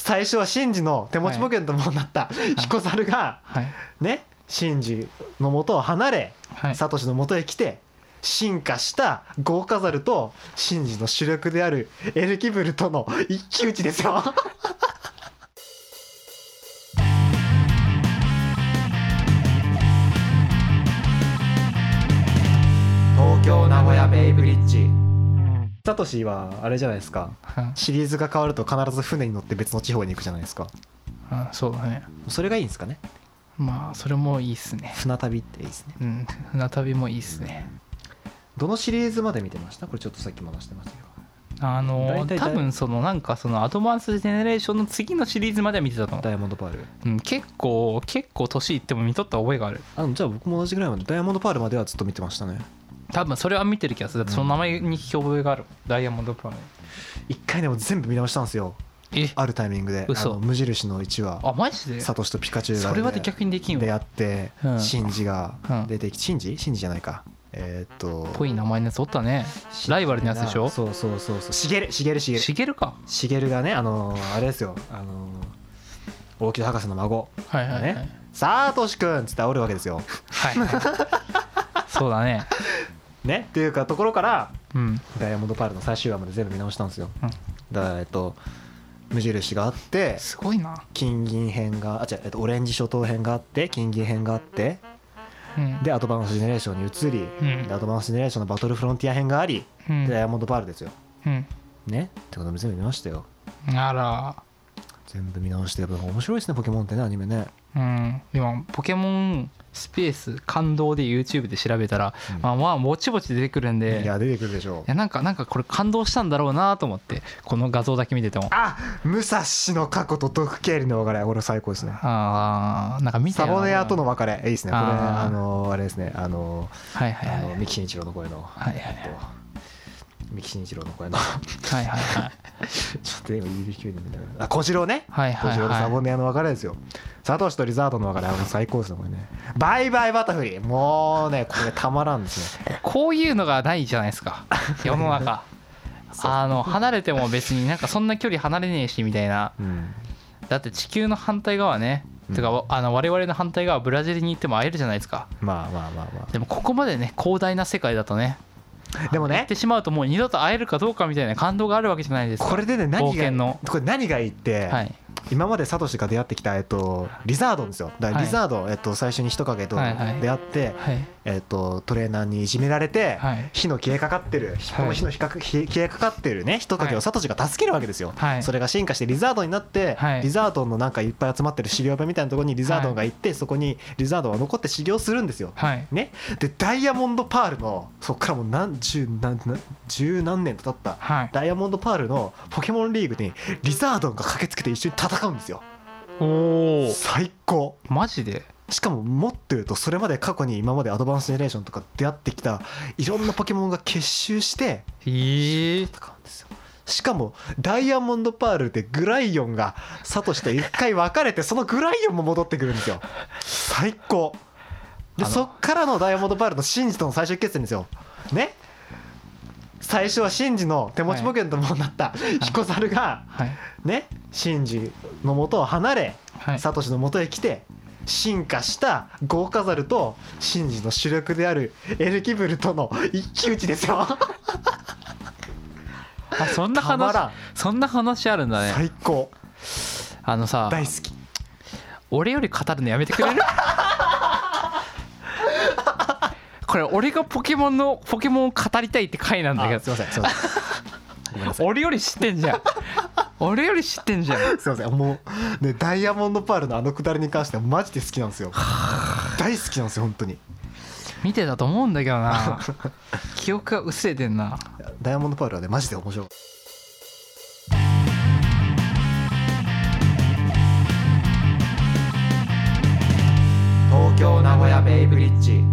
最初はシンジの手持ちポケットになった彦猿がはいねシンジの元を離れはいサトシの元へ来て進化した豪華猿とシンジの主力であるエルキブルとの一騎打ちですよ東京名古屋ベイブリッジ。サトシはあれじゃないですか、シリーズが変わると必ず船に乗って別の地方に行くじゃないですか。 そうだね。 それがいいんですかね。 まあそれもいいっすね。 船旅っていいですね。 船旅もいいっすね。 どのシリーズまで見てました？これちょっとさっきも話してましたけど、 多分そのなんかそのアドバンスジェネレーションの次のシリーズまでは見てたと思う。 ダイヤモンドパール、 結構年いっても見とった覚えがある。 じゃあ僕も同じぐらいまでダイヤモンドパールまではずっと見てましたね。 多分それは見てる気がする。だってその名前に聞き覚えがある、ダイヤモンドパール。 一回でも全部見直したんですよ。あるタイミングで無印の1話。 あマジで？ サトシとピカチュウがそれは逆にできんわ。 出会って、シンジが出てきて、シンジじゃないか、 ぽい名前のやつおったね。ライバルのやつでしょ。 そうしげるか。 しげるがね、あれですよ、大木戸博士の孫ね、サトシくんっつっておるわけですよ。 はいそうだねねっていうかところから、ダイヤモンドパールの最終話まで全部見直したんですよ。だから無印があって、 すごいな。 金銀編がオレンジ諸島編があって、金銀編があって、でアドバンスジェネレーションに移り、でアドバンスジェネレーションのバトルフロンティア編があり、でダイヤモンドパールですよ。ねってことで全部見ましたよ。 あら、 全部見直して、やっぱ面白いですねポケモンってね、アニメね。 今ポケモンスペース感動で YouTube で調べたら、まあぼちぼち出てくるんで。 いや出てくるでしょう。 いやなんかこれ感動したんだろうなと思って、この画像だけ見てても。 武蔵の過去と毒経理の別れ、これ最高ですね。 なんか見てサボネアとの別れいいですね。これあれですね、三木真一郎の声の、三木真一郎の声のちょっと今指切りみたいな、小次郎ね、小次郎とサボネアの別れですよ。サトシとリザードの別れは最高ですねこれね。バイバイバタフリー、もうねこれたまらんですね。 こういうのがないじゃないですか世の中離れても別になんかそんな距離離れねえしみたいな、だって地球の反対側ね、てか我々の反対側ブラジルに行っても会えるじゃないですか。 まあでもここまでね広大な世界だとね、 でもね行ってしまうともう二度と会えるかどうかみたいな感動があるわけじゃないですか。 これでね何がいいって、今までサトシが出会ってきたリザードンですよ。だからリザード、最初に人影と出会って、トレーナーにいじめられて、火の消えかかってる、この火の消えかかってるね人影をサトシが助けるわけですよ。それが進化してリザードンになって、リザードンのなんかいっぱい集まってる資料場みたいなところにリザードンが行って、そこにリザードンは残って修行するんですよ。ね、でダイヤモンドパールのそっからもう十何年と経ったダイヤモンドパールのポケモンリーグにリザードンが駆けつけて一緒に戦うんですよ。最高。 マジで。しかももっと言うと、それまで過去に今までアドバンスジェネレーションとか出会ってきたいろんなポケモンが結集して戦うんですよ。しかもダイヤモンドパールでグライオンがサトシと一回別れて、そのグライオンも戻ってくるんですよ。最高で、そっからのダイヤモンドパールのシンジとの最終決戦ですよね。最初はシンジの手持ちポケットになった彦猿がね、シンジの元を離れサトシの元へ来て、進化した豪華猿とシンジの主力であるエルキブルとの一騎打ちですよそんな話あるんだね。 最高。 さ、 大好き。 俺より語るのやめてくれるこれ俺がポケモンを語りたいって回なんだけど。 すいません俺より知ってんじゃんすいません。もうね、ダイヤモンドパールのくだりに関してはマジで好きなんですよ大好きなんですよ本当に。 見てたと思うんだけどな記憶が薄れてんな。 ダイヤモンドパールはねマジで面白い。東京名古屋ベイブリッジ。